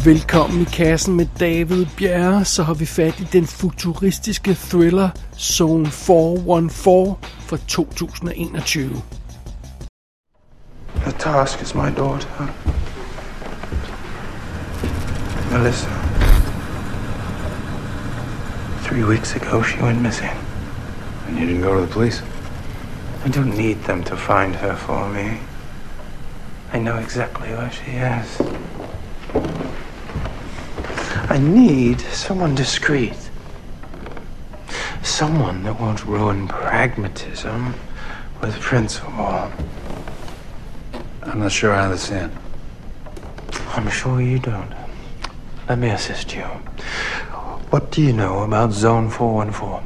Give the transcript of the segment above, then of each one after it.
Velkommen i kassen med David Bjerre. Så har vi fat i den futuristiske thriller Zone 414 fra 2021. The task is my daughter, Melissa. 3 weeks ago, she went missing. And you didn't go to the police? I don't need them to find her for me. I know exactly where she is. I need someone discreet. Someone that won't ruin pragmatism with principle. I'm not sure I understand. I'm sure you don't. Let me assist you. What do you know about Zone 414?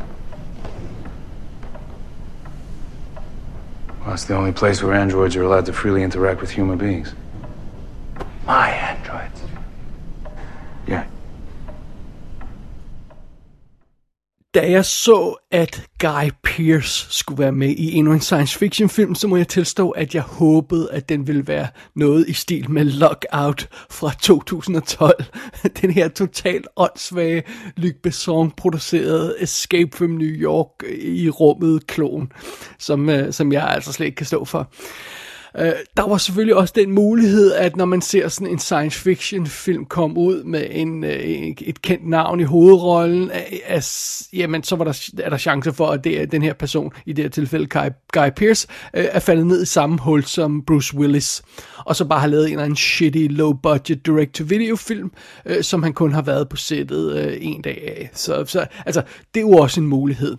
Well, it's the only place where androids are allowed to freely interact with human beings. My androids. Yeah. Da jeg så, at Guy Pearce skulle være med i endnu en science fiction film, så må jeg tilstå, at jeg håbede, at den ville være noget i stil med Lockout fra 2012. Den her totalt åndssvage Luc Besson producerede Escape from New York i rummet klon, som jeg altså slet ikke kan stå for. Der var selvfølgelig også den mulighed, at når man ser sådan en science fiction film komme ud med et kendt navn i hovedrollen, jamen så er der chance for, at den her person, i det her tilfælde Guy Pearce, er faldet ned i samme hul som Bruce Willis, og så bare har lavet en eller anden shitty, low-budget direct-to-video film, som han kun har været på sættet en dag af. Så altså, det er jo også en mulighed.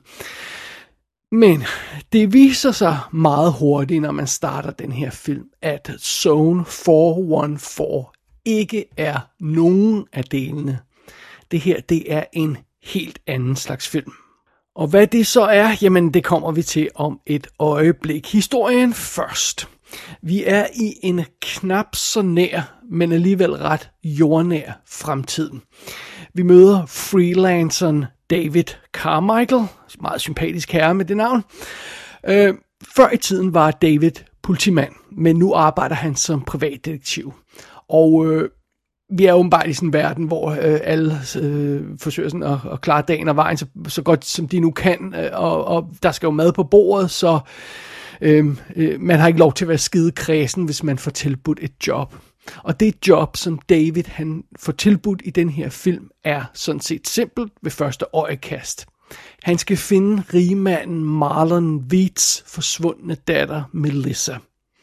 Men det viser sig meget hurtigt, når man starter den her film, at Zone 414 ikke er nogen af delene. Det her, det er en helt anden slags film. Og hvad det så er, jamen det kommer vi til om et øjeblik. Historien først. Vi er i en knap så nær, men alligevel ret jordnær fremtid. Vi møder freelanceren David Carmichael, meget sympatisk herre med det navn. Før i tiden var David politimand, men nu arbejder han som privatdetektiv. Og vi er åbenbart i sådan en verden, hvor alle forsøger sådan at klare dagen og vejen så godt som de nu kan, og der skal jo mad på bordet, så man har ikke lov til at være skide kræsen, hvis man får tilbudt et job. Og det job, som David han får tilbudt i den her film, er sådan set simpelt ved første øjekast. Han skal finde rigmanden Marlon Veits forsvundne datter Melissa.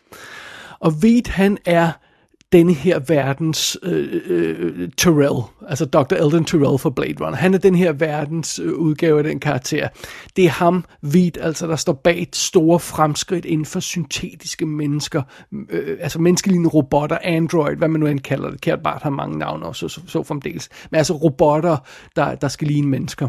Og Veidt, han er denne her verdens Tyrell, altså Dr. Eldon Tyrell for Blade Runner. Han er den her verdens udgave af den karakter. Det er ham, Veidt, altså der står bag et store fremskridt inden for syntetiske mennesker, altså menneskelignende robotter, android, hvad man nu end kalder det. Kært Bart har mange navne og så fremdeles. Men altså robotter, der skal ligne mennesker.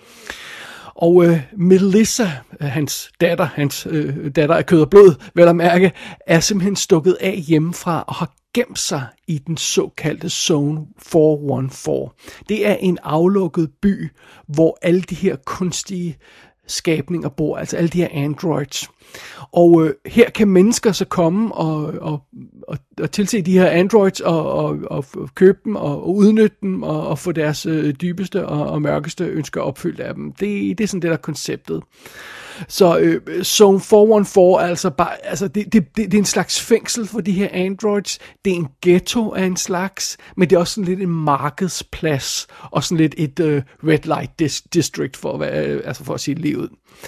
Og Melissa, hans datter af kød og blod, vel at mærke, er simpelthen stukket af hjemmefra og har gemt sig i den såkaldte Zone 414. Det er en aflukket by, hvor alle de her kunstige skabninger bor, altså alle de her androids. Og her kan mennesker så komme og tilse de her androids og købe dem og udnytte dem og få deres dybeste og mørkeste ønsker opfyldt af dem. Det er sådan det der konceptet. Så Zone 414 er altså bare, altså det er en slags fængsel for de her androids. Det er en ghetto af en slags, men det er også sådan lidt en markedsplads og sådan lidt et red light district for at sige livet.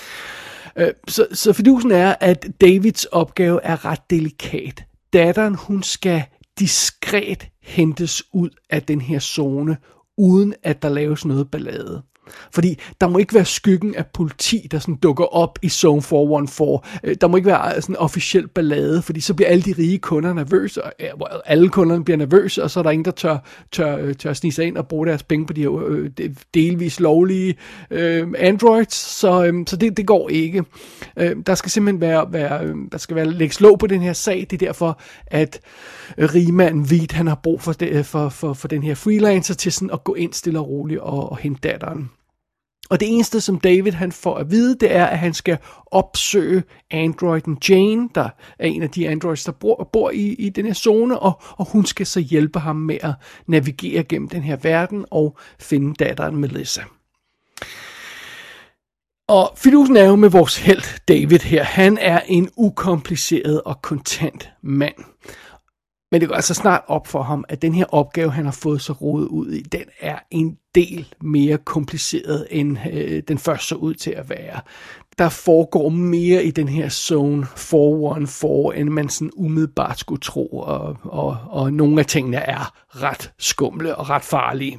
Så fidusen er, at Davids opgave er ret delikat. Datteren, hun skal diskret hentes ud af den her zone, uden at der laves noget ballade. Fordi der må ikke være skyggen af politi, der sådan dukker op i Zone 414. Der må ikke være sådan en officiel ballade, fordi så bliver alle de rige kunder nervøse, og alle kunderne bliver nervøse, og så er der ingen, der tør snige sig ind og bruge deres penge på de her delvis lovlige androids. Så det går ikke. Der skal simpelthen lægges låg på den her sag. Det er derfor, at rigmanden Veidt, han har brug for den her freelancer til sådan at gå ind stille og roligt og hente datteren. Og det eneste, som David han får at vide, det er, at han skal opsøge androiden Jane, der er en af de androids, der bor i den her zone, og hun skal så hjælpe ham med at navigere gennem den her verden og finde datteren Melissa. Og fidusen er jo med vores helt David her. Han er en ukompliceret og kontant mand. Men det går altså snart op for ham, at den her opgave, han har fået sig rodet ud i, den er en del mere kompliceret, end den først så ud til at være. Der foregår mere i den her Zone 414, end man sådan umiddelbart skulle tro, og nogle af tingene er ret skumle og ret farlige.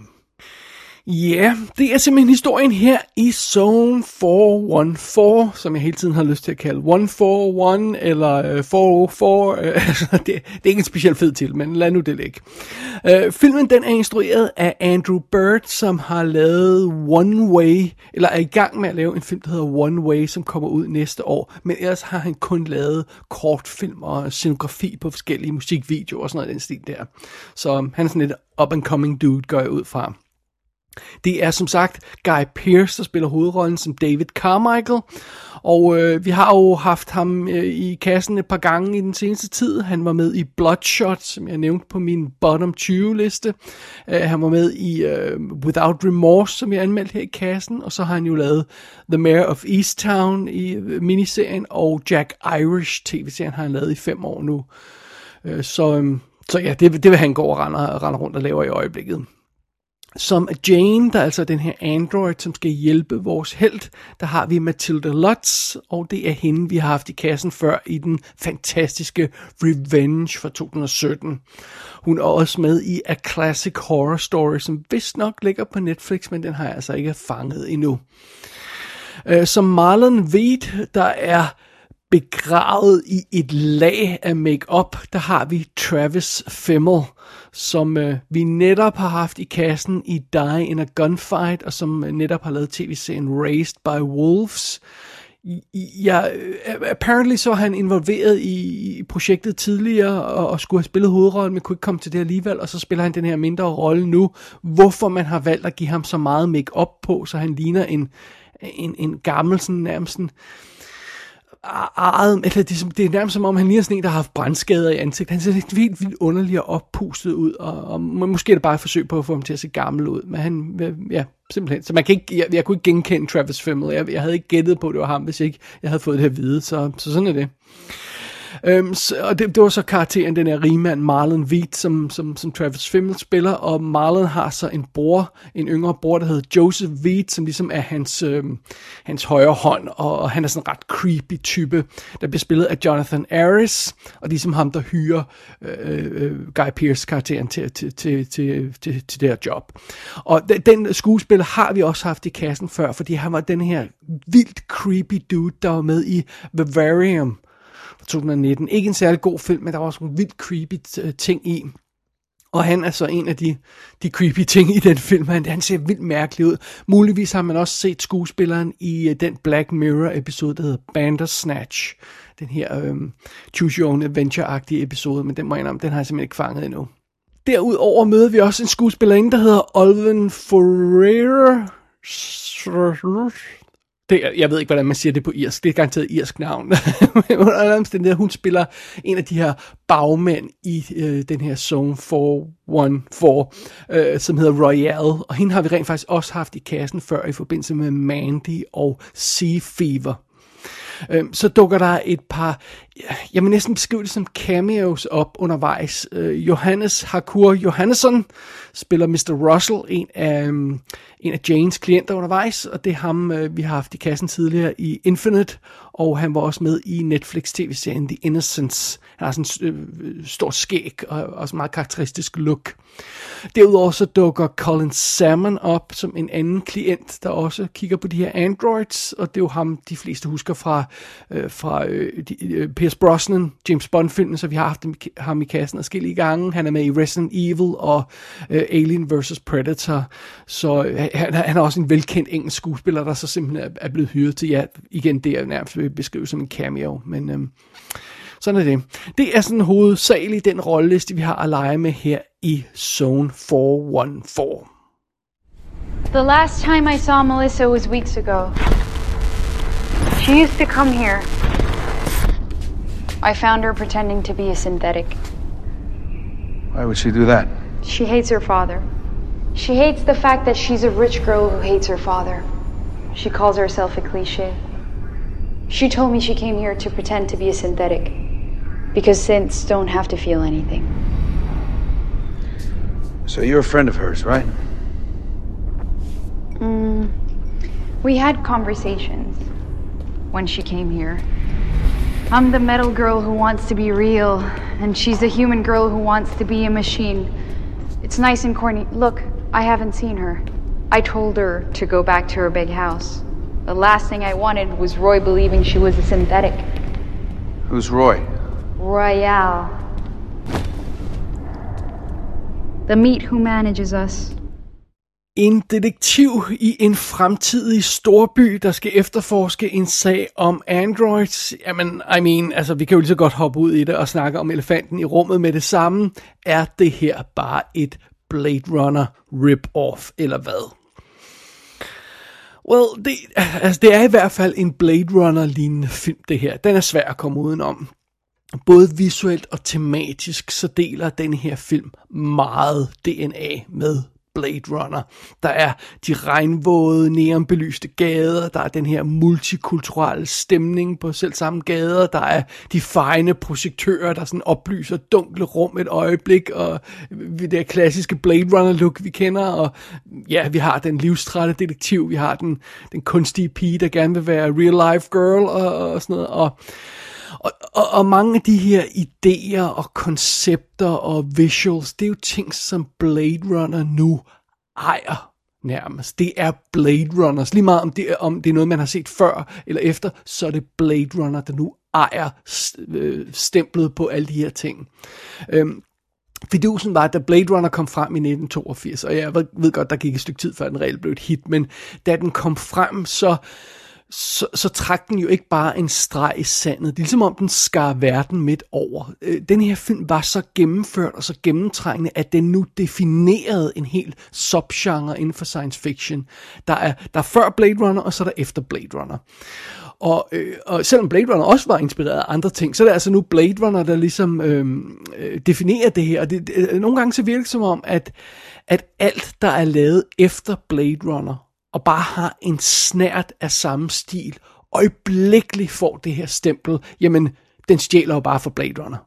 Ja, det er simpelthen historien her i Zone 414, som jeg hele tiden har lyst til at kalde 141 eller 404. Det er ikke en specielt fed til, men lad nu det ligge. Filmen den er instrueret af Andrew Bird, som har lavet One Way, eller er i gang med at lave en film, der hedder One Way, som kommer ud næste år. Men ellers har han kun lavet kortfilm og scenografi på forskellige musikvideoer og sådan noget i den stil der. Så han er sådan lidt up-and-coming dude, går jeg ud fra. Det er som sagt Guy Pearce, der spiller hovedrollen som David Carmichael, og vi har jo haft ham i kassen et par gange i den seneste tid. Han var med i Bloodshot, som jeg nævnte på min bottom 20-liste. Han var med i Without Remorse, som jeg anmeldte her i kassen, og så har han jo lavet The Mayor of Easttown i miniserien, og Jack Irish tv-serien har han lavet i 5 år nu. Så ja, det vil han gå og render rundt og laver i øjeblikket. Som Jane, der er altså den her android, som skal hjælpe vores helt, der har vi Matilda Lutz, og det er hende, vi har haft i kassen før i den fantastiske Revenge fra 2017. Hun er også med i A Classic Horror Story, som vist nok ligger på Netflix, men den har jeg altså ikke fanget endnu. Som Marlon Veed, der er begravet i et lag af make-up, der har vi Travis Fimmel, som vi netop har haft i kassen i Die in a Gunfight, og som netop har lavet tv-serien Raised by Wolves. Apparently så var han involveret i projektet tidligere, og skulle have spillet hovedrollen, men kunne ikke komme til det alligevel, og så spiller han den her mindre rolle nu. Hvorfor man har valgt at give ham så meget make-up på, så han ligner en gammel, sådan nærmest sådan, det er nærmest som om han ligner sådan en, der har haft brandskader i ansigtet. Han ser helt vildt underligt og oppustet ud, og måske er det bare et forsøg på at få ham til at se gammel ud, men han, ja, simpelthen. Så man kan ikke, jeg kunne ikke genkende Travis Fimmel. Jeg havde ikke gættet på, at det var ham, hvis ikke jeg havde fået det her at vide, så sådan er det. Og det var så karakteren, den her rigmand Marlon Veed, som Travis Fimmel spiller, og Marlon har så en yngre bror, der hedder Joseph Veed, som ligesom er hans højre hånd, og han er sådan en ret creepy type, der bliver spillet af Jonathan Aris, og ligesom ham, der hyrer Guy Pearce karakteren til det her job. Og den skuespiller har vi også haft i kassen før, fordi han var den her vildt creepy dude, der var med i Vivarium 2019. Ikke en særlig god film, men der var også nogle vildt creepy ting i. Og han er så en af de creepy ting i den film. Han ser vildt mærkelig ud. Muligvis har man også set skuespilleren i den Black Mirror episode, der hedder Bandersnatch. Den her Choose Your Own Adventure-agtige episode, men den må jeg indrømme, den har jeg simpelthen ikke fanget endnu. Derudover møder vi også en skuespillerinde, der hedder Olwen Ferreira. Jeg ved ikke, hvordan man siger det på irsk. Det er garanteret irsk navn. Hun spiller en af de her bagmænd i den her Zone 414, som hedder Royale. Og hende har vi rent faktisk også haft i kassen før i forbindelse med Mandy og Sea Fever. Så dukker der et par, jeg vil næsten beskrive det som cameos op undervejs. Johannes Hakur Johannesson spiller Mr. Russell, en af Janes klienter undervejs, og det er ham, vi har haft i kassen tidligere i Infinite, og han var også med i Netflix tv-serien The Innocents. Han har sådan en stor skæg og også meget karakteristisk look. Derudover så dukker Colin Salmon op som en anden klient, der også kigger på de her androids, og det er jo ham, de fleste husker fra Pierce Brosnan, James Bond-filmen, så vi har haft ham i kassen adskillige gange. Han er med i Resident Evil og Alien vs. Predator, så han er også en velkendt engelsk skuespiller, der så simpelthen er blevet hyret til, ja, igen, det er nærmest beskrives som en cameo, men sådan er det. Det er sådan hovedsageligt den rolleliste, vi har at lege med her i Zone 414. The last time I saw Melissa was weeks ago. She used to come here. I found her pretending to be a synthetic. Why would she do that? She hates her father. She hates the fact that she's a rich girl who hates her father. She calls herself a cliché. She told me she came here to pretend to be a synthetic. Because synths don't have to feel anything. So you're a friend of hers, right? We had conversations when she came here. I'm the metal girl who wants to be real, and she's the human girl who wants to be a machine. It's nice and corny. Look, I haven't seen her. I told her to go back to her big house. The last thing I wanted was Roy believing she was a synthetic. Who's Roy? Royale. The meat who manages us. En detektiv i en fremtidig storby, der skal efterforske en sag om androids. Jamen, altså, vi kan jo lige så godt hoppe ud i det og snakke om elefanten i rummet med det samme. Er det her bare et Blade Runner rip-off, eller hvad? Well, det er i hvert fald en Blade Runner-lignende film, det her. Den er svær at komme udenom. Både visuelt og tematisk, så deler den her film meget DNA med Blade Runner. Der er de regnvåde, neonbelyste gader, der er den her multikulturelle stemning på selv samme gader, der er de fejende projektører, der sådan oplyser dunkle rum et øjeblik, og det der klassiske Blade Runner look, vi kender, og ja, vi har den livstrætte detektiv, vi har den kunstige pige, der gerne vil være real life girl, og sådan noget, og mange af de her idéer og koncepter og visuals, det er jo ting, som Blade Runner nu ejer nærmest. Det er Blade Runners. Lige meget om det er noget, man har set før eller efter, så er det Blade Runner, der nu ejer stemplet på alle de her ting. Fidusen var, da Blade Runner kom frem i 1982, og jeg ved godt, der gik et stykke tid, før den reelt blev et hit, men da den kom frem, så trak den jo ikke bare en streg i sandet. Det er ligesom om den skar verden midt over. Den her film var så gennemført og så gennemtrængende, at den nu definerede en hel subgenre inden for science fiction. Der er før Blade Runner, og så er der efter Blade Runner. Og selvom Blade Runner også var inspireret af andre ting, så er det altså nu Blade Runner, der ligesom definerer det her. Og nogle gange så virker det som om, at alt, der er lavet efter Blade Runner, og bare har en snert af samme stil, øjeblikkeligt får det her stempel, jamen, den stjæler jo bare fra Blade Runner.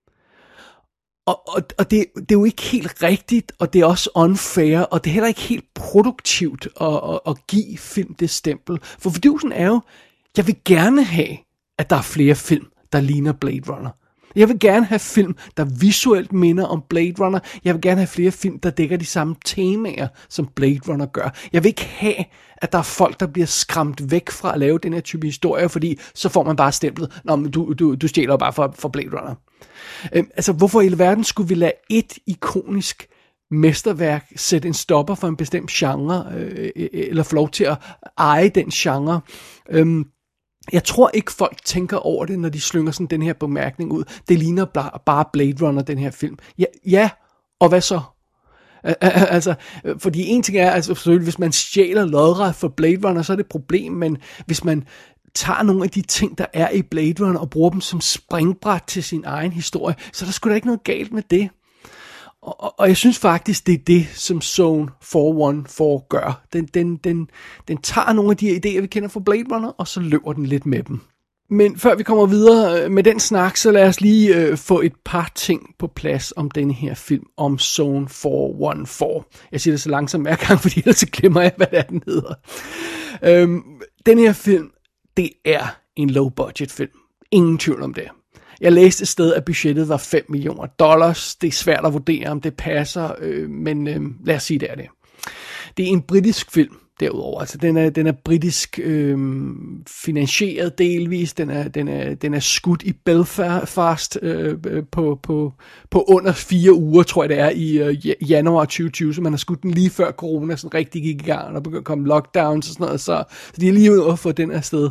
Og det er jo ikke helt rigtigt, og det er også unfair, og det er heller ikke helt produktivt at give film det stempel. For fidusen er jo, jeg vil gerne have, at der er flere film, der ligner Blade Runner. Jeg vil gerne have film, der visuelt minder om Blade Runner. Jeg vil gerne have flere film, der dækker de samme temaer, som Blade Runner gør. Jeg vil ikke have, at der er folk, der bliver skræmt væk fra at lave den her type historie, fordi så får man bare stemplet, nå, men du stjæler bare fra Blade Runner. Altså, hvorfor i verden skulle vi lade et ikonisk mesterværk sætte en stopper for en bestemt genre, eller få lov til at eje den genre? Jeg tror ikke folk tænker over det, når de slynger sådan den her bemærkning ud. Det ligner bare Blade Runner, den her film. Ja, og hvad så? Altså, fordi en ting er, altså selvfølgelig, hvis man stjæler lodret for Blade Runner, så er det et problem, men hvis man tager nogle af de ting, der er i Blade Runner, og bruger dem som springbræt til sin egen historie, så er der sgu da ikke noget galt med det. Og jeg synes faktisk, det er det, som Zone 414 gør. Den tager nogle af de idéer, vi kender fra Blade Runner, og så løber den lidt med dem. Men før vi kommer videre med den snak, så lad os lige få et par ting på plads om denne her film, om Zone 414. Jeg siger det så langsomt hver gang, fordi ellers så glemmer jeg, hvad det er, den hedder. Den her film, det er en low-budget film. Ingen tvivl om det. Jeg læste et sted, at budgettet var $5 millioner. Det er svært at vurdere, om det passer, men lad os sige, det er det. Det er en britisk film, derudover. Altså den er britisk finansieret delvis. Den er skudt i Belfast på under 4 uger, tror jeg det er, i januar 2020, så man har skudt den lige før corona sådan rigtig gik i gang, og der begyndte at komme lockdowns og sådan noget, så de er lige ude at få den afsted.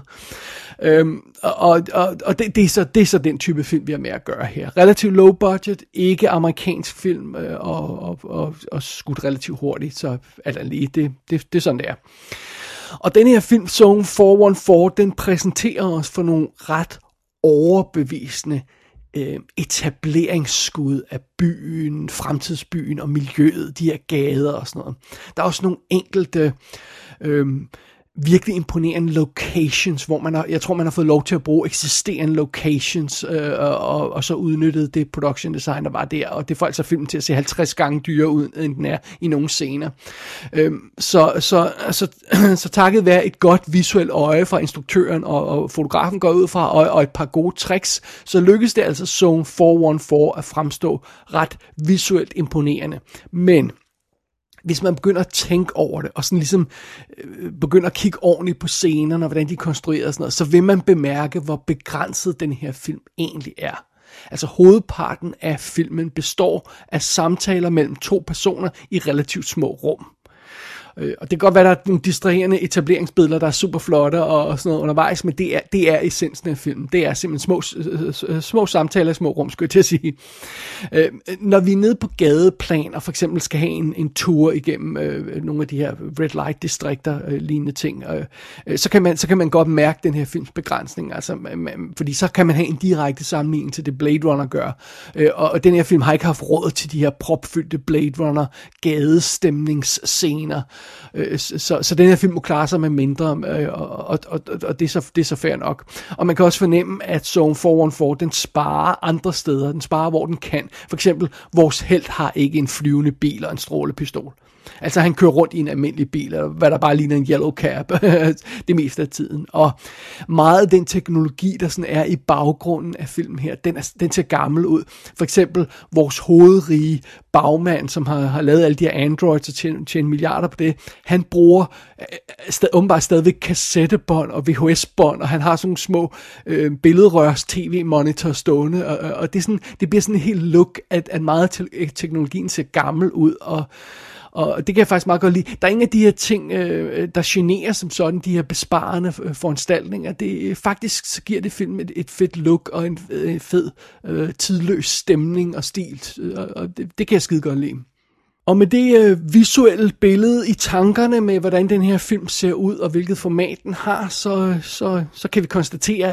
Og det er så den type film, vi har med at gøre her. Relativt low budget, ikke amerikansk film, og skudt relativt hurtigt, så alt lige, det er sådan det er. Og den her film, Zone 414, den præsenterer os for nogle ret overbevisende etableringsskud af byen, fremtidsbyen og miljøet, de her gader og sådan noget. Der er også nogle enkelte virkelig imponerende locations, hvor jeg tror man har fået lov til at bruge eksisterende locations, og så udnyttet det production design, der var der, og det får altså filmen til at se 50 gange dyrere ud, end den er i nogle scener. Så takket være et godt visuelt øje fra instruktøren og fotografen går ud fra, og et par gode tricks, så lykkes det altså Zone 414 at fremstå ret visuelt imponerende. Men hvis man begynder at tænke over det, og sådan ligesom begynder at kigge ordentligt på scenerne, og hvordan de er konstrueret og sådan noget, så vil man bemærke, hvor begrænset den her film egentlig er. Altså hovedparten af filmen består af samtaler mellem 2 personer i relativt små rum. Og det kan godt være, at der er nogle distraherende etableringsbilleder, der er super flotte og sådan noget undervejs, men det er essensen af filmen. Det er simpelthen små samtaler i små rum, skulle jeg til at sige. Når vi er nede på gadeplan og for eksempel skal have en tur igennem nogle af de her red light distrikter, lignende ting, så kan man godt mærke den her films begrænsning, altså, fordi så kan man have en direkte sammenligning til det Blade Runner gør. Og den her film har ikke haft råd til de her propfyldte Blade Runner gadestemningsscener. Så den her film må klare sig med mindre, og det er så fair nok. Og man kan også fornemme, at Zone 414, den sparer andre steder. Den sparer, hvor den kan. For eksempel, vores helt har ikke en flyvende bil og en strålepistol. Altså han kører rundt i en almindelig bil, hvad der bare ligner en yellow cab det meste af tiden. Og meget af den teknologi, der sådan er i baggrunden af filmen her, den ser gammel ud. For eksempel vores hovedrige bagmand, som har lavet alle de her androids og tjent milliarder på det, han bruger åbenbart stadigvæk kassettebånd og VHS-bånd, og han har sådan nogle små billedrørs tv-monitor stående, og det bliver sådan en helt look, at meget teknologien ser gammel ud, og det kan jeg faktisk meget godt lide. Der er ingen af de her ting, der generer som sådan, de her besparende foranstaltninger. Faktisk så giver det filmen et fedt look og en fed, tidløs stemning og stil, og det kan jeg skide godt lide. Og med det visuelle billede i tankerne med, hvordan den her film ser ud, og hvilket format den har, så kan vi konstatere,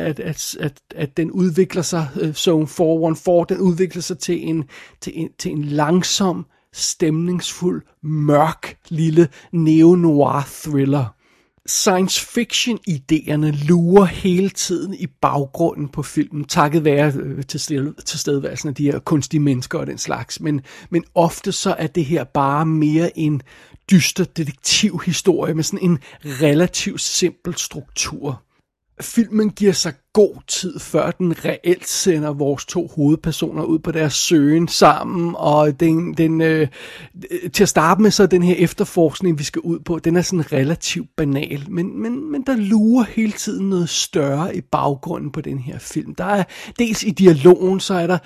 at den udvikler sig, Zone 414, den udvikler sig til en langsom, stemningsfuld, mørk, lille neo-noir thriller. Science fiction-idéerne lurer hele tiden i baggrunden på filmen, takket være tilstedeværelsen af de her kunstige mennesker og den slags. Men ofte så er det her bare mere en dyster detektivhistorie med sådan en relativt simpel struktur. Filmen giver sig god tid, før den reelt sender vores 2 hovedpersoner ud på deres søgen sammen, og den til at starte med, så den her efterforskning, vi skal ud på, den er sådan relativt banal, men der lurer hele tiden noget større i baggrunden på den her film. Der er dels i dialogen,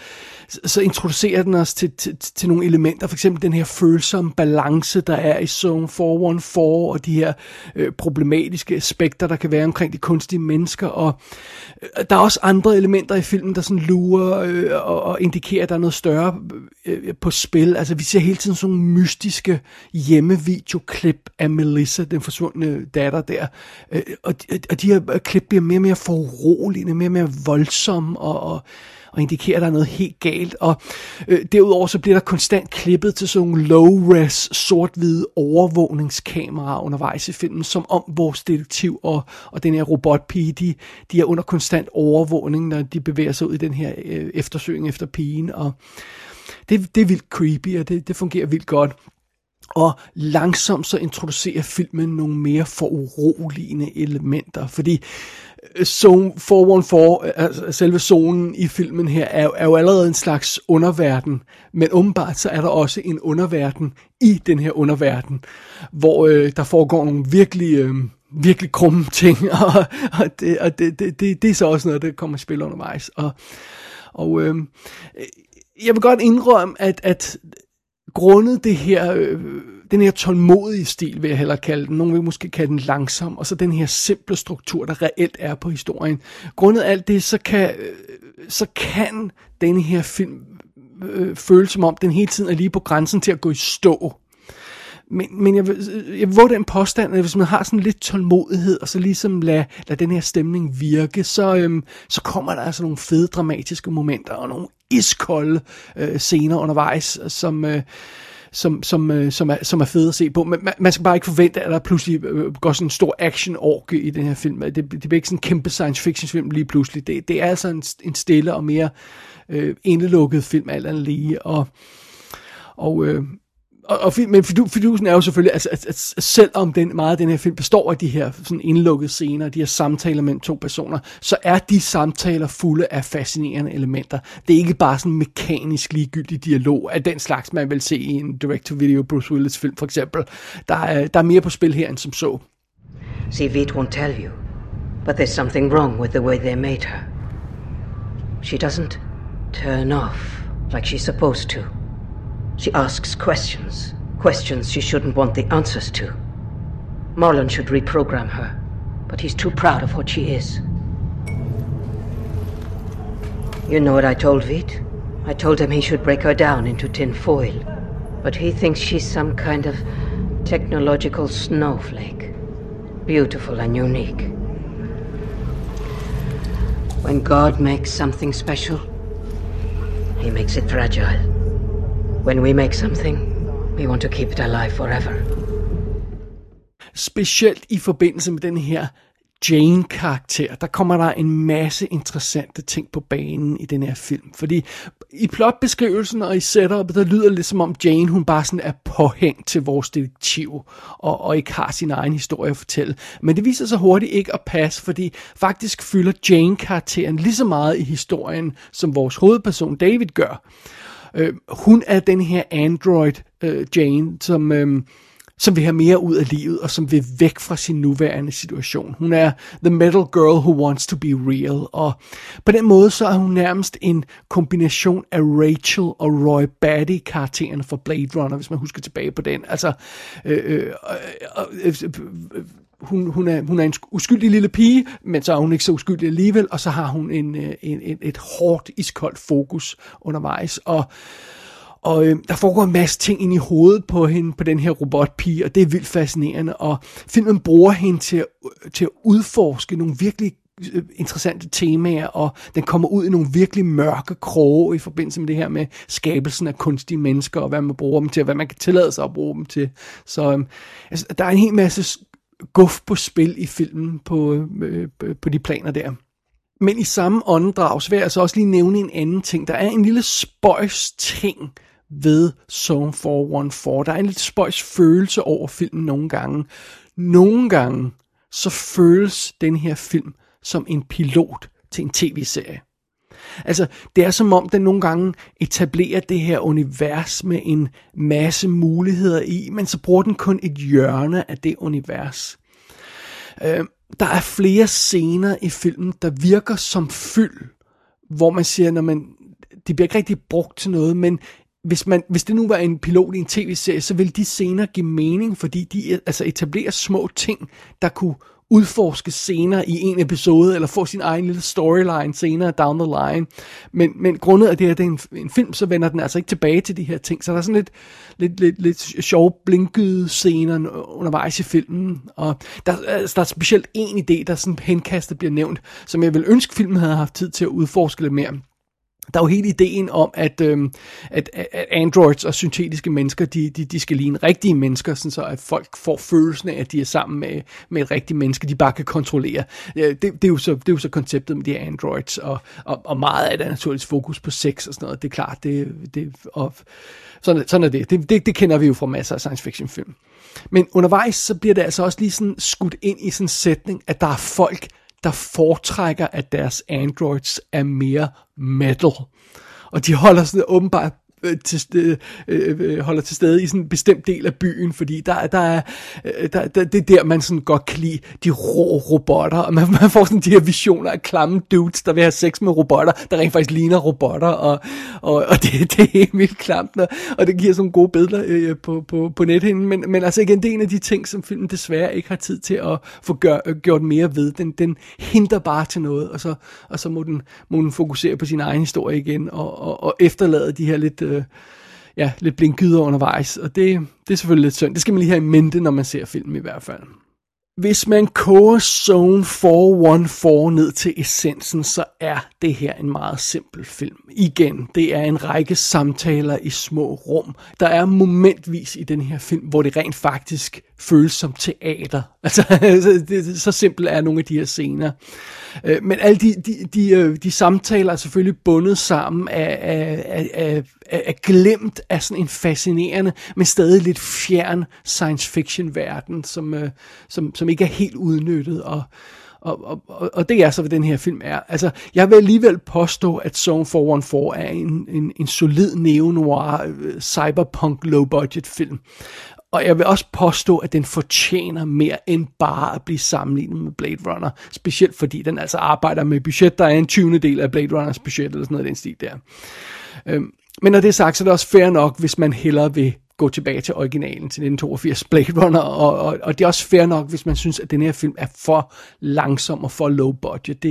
så introducerer den os til nogle elementer, for eksempel den her følsomme balance, der er i Zone 414, og de her problematiske aspekter, der kan være omkring de kunstige mennesker, og der er også andre elementer i filmen, der sådan lurer og indikerer, at der er noget større på spil. Altså vi ser hele tiden sådan nogle mystiske hjemmevideoklip af Melissa, den forsvundne datter der. Og de her klip bliver mere og mere foruroligende, mere og mere voldsomme og indikerer, at der er noget helt galt. Og derudover så bliver der konstant klippet til sådan nogle low-res, sort-hvide overvågningskameraer undervejs i filmen, som om vores detektiv og den her robotpige, de er under konstant overvågning, når de bevæger sig ud i den her eftersøgning efter pigen. Og det er vildt creepy, og det fungerer vildt godt. Og langsomt så introducerer filmen nogle mere foruroligende elementer, fordi Zone 414, altså selve zonen i filmen her, er jo allerede en slags underverden, men åbenbart så er der også en underverden i den her underverden, hvor der foregår nogle virkelig krumme ting, og det er så også noget, der kommer at spille undervejs. Og jeg vil godt indrømme, at grundet det her, den her tålmodige stil, vil jeg hellere kalde den, nogen vil måske kalde den langsom, og så den her simple struktur, der reelt er på historien. Grundet alt det, så kan denne her film føles som om, den hele tiden er lige på grænsen til at gå i stå. Men jeg vil våge den påstand, at hvis man har sådan lidt tålmodighed, og så ligesom lad den her stemning virke, så kommer der altså nogle fede dramatiske momenter, og nogle iskolde scener undervejs, som er fede at se på. Men man skal bare ikke forvente, at der pludselig går sådan en stor action-orgie i den her film. Det bliver ikke sådan en kæmpe science fiction film lige pludselig. Det er altså en stille og mere indelukket film, alt andet lige. Men fidusen er jo selvfølgelig, at selvom meget af den her film består af de her sådan indlukkede scener, de her samtaler mellem to personer, så er de samtaler fulde af fascinerende elementer. Det er ikke bare sådan en mekanisk ligegyldig dialog af den slags, man vil se i en direct-to-video Bruce Willis film for eksempel. Der er mere på spil her end som så. See, Veit won't tell you, but there's something wrong with the way they made her. She doesn't turn off like she's supposed to. She asks questions she shouldn't want the answers to. Marlon should reprogram her, but he's too proud of what she is. You know what I told Veit? I told him he should break her down into tin foil, but he thinks she's some kind of technological snowflake, beautiful and unique. When God makes something special, he makes it fragile. When we make something, we want to keep it alive forever. Specielt i forbindelse med den her Jane-karakter, der kommer der en masse interessante ting på banen i den her film. Fordi i plotbeskrivelsen og i setupet, der lyder det lidt som om Jane, hun bare sådan er påhængt til vores detektiv, og ikke har sin egen historie at fortælle. Men det viser sig hurtigt ikke at passe, fordi faktisk fylder Jane-karakteren lige så meget i historien, som vores hovedperson David gør. Hun er den her android Jane, som vil have mere ud af livet, og som vil væk fra sin nuværende situation. Hun er the metal girl who wants to be real, og på den måde så er hun nærmest en kombination af Rachel og Roy Batty karaktererne fra Blade Runner, hvis man husker tilbage på den. Altså hun er en uskyldig lille pige, men så er hun ikke så uskyldig alligevel, og så har hun et hårdt, iskoldt fokus undervejs, og der foregår en masse ting ind i hovedet på hende, på den her robotpige, og det er vildt fascinerende, og filmen bruger hende til at udforske nogle virkelig interessante temaer, og den kommer ud i nogle virkelig mørke kroge i forbindelse med det her med skabelsen af kunstige mennesker, og hvad man bruger dem til, og hvad man kan tillade sig at bruge dem til. Så der er en hel masse guf på spil i filmen på de planer der. Men i samme åndedrag, så vil jeg altså også lige nævne en anden ting. Der er en lille spøjs ting ved Zone 414. Der er en lidt spøjs følelse over filmen nogle gange. Nogle gange, så føles den her film som en pilot til en tv-serie. Altså, det er som om, den nogle gange etablerer det her univers med en masse muligheder i, men så bruger den kun et hjørne af det univers. Der er flere scener i filmen, der virker som fyld, hvor man siger, de bliver ikke rigtig brugt til noget, men hvis det nu var en pilot i en tv-serie, så ville de scener give mening, fordi de altså etablerer små ting, der kunne udforske senere i en episode, eller få sin egen lille storyline senere down the line. Men grundet af det her, det er en film, så vender den altså ikke tilbage til de her ting. Så der er sådan lidt sjove blinkede scener undervejs i filmen. Og der er specielt en idé, der sådan henkastet bliver nævnt, som jeg vil ønske, filmen havde haft tid til at udforske lidt mere. Der er jo hele ideen om, at androids og syntetiske mennesker, de skal ligne rigtige mennesker, sådan så at folk får følelsen af, at de er sammen med et rigtigt menneske, de bare kan kontrollere. Det er jo så konceptet med de her androids, og meget af det er naturligvis fokus på sex og sådan noget. Det er klart, sådan er det. Det kender vi jo fra masser af science fiction film. Men undervejs, så bliver det altså også lige sådan skudt ind i sådan en sætning, at der er folk, der foretrækker, at deres androids er mere metal. Og de holder sådan åbenbart holder til stede i sådan en bestemt del af byen, fordi det er der, man sådan godt kan lide de rå robotter, og man får sådan de her visioner af klamme dudes, der vil have sex med robotter, der rent faktisk ligner robotter, og det er helt vildt klamt, og det giver sådan gode billeder på nethinden, men altså igen, det er en af de ting, som filmen desværre ikke har tid til at få gjort mere ved. Den hindrer bare til noget, og så må den fokusere på sin egen historie igen, og efterlade de her lidt blinkgyder undervejs, og det er selvfølgelig lidt synd. Det skal man lige have i mente, når man ser filmen i hvert fald. Hvis man koger Zone 414 ned til essensen, så er det her en meget simpel film. Igen, det er en række samtaler i små rum. Der er momentvis i den her film, hvor det rent faktisk føles som teater. Altså, så simpelt er nogle af de her scener. Men alle de samtaler er selvfølgelig bundet sammen af glemt af sådan en fascinerende, men stadig lidt fjern science fiction verden, som ikke er helt udnyttet, og det er så, hvad den her film er. Altså, jeg vil alligevel påstå, at Zone 414 er en solid neo-noir, cyberpunk low-budget film. Og jeg vil også påstå, at den fortjener mere end bare at blive sammenlignet med Blade Runner. Specielt fordi den altså arbejder med budget, der er en 20. del af Blade Runners budget, eller sådan noget i den stil der. Men når det er sagt, så er det også fair nok, hvis man hellere vil gå tilbage til originalen, til 1982 Blade Runner, og det er også fair nok, hvis man synes, at den her film er for langsom og for low budget.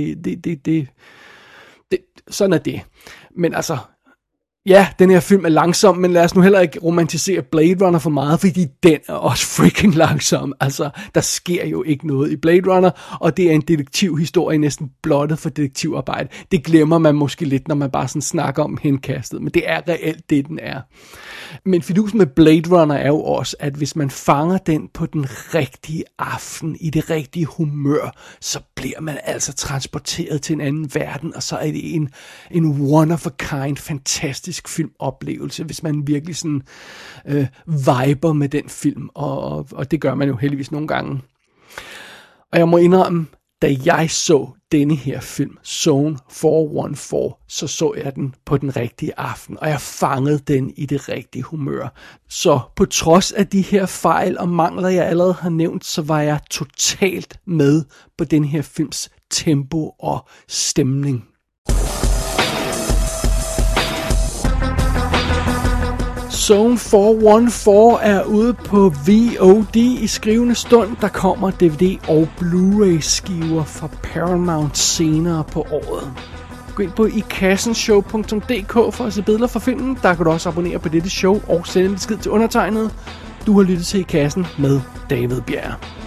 Sådan er det. Men altså, ja, den her film er langsom, men lad os nu heller ikke romantisere Blade Runner for meget, fordi den er også freaking langsom. Altså, der sker jo ikke noget i Blade Runner, og det er en detektivhistorie næsten blottet for detektivarbejde. Det glemmer man måske lidt, når man bare sådan snakker om henkastet, men det er reelt det, den er. Men fidusen med Blade Runner er jo også, at hvis man fanger den på den rigtige aften, i det rigtige humør, så bliver man altså transporteret til en anden verden, og så er det en one-of-a-kind, fantastisk filmoplevelse, hvis man virkelig sådan viber med den film, og det gør man jo heldigvis nogle gange. Og jeg må indrømme, da jeg så denne her film, Zone 414, så jeg den på den rigtige aften, og jeg fangede den i det rigtige humør. Så på trods af de her fejl og mangler, jeg allerede har nævnt, så var jeg totalt med på den her films tempo og stemning. Zone 414 er ude på VOD i skrivende stund. Der kommer DVD og Blu-ray skiver fra Paramount senere på året. Gå ind på ikassenshow.dk for at se billeder fra filmen. Der kan du også abonnere på dette show og sende en besked til undertegnet. Du har lyttet til I Kassen med David Bjerg.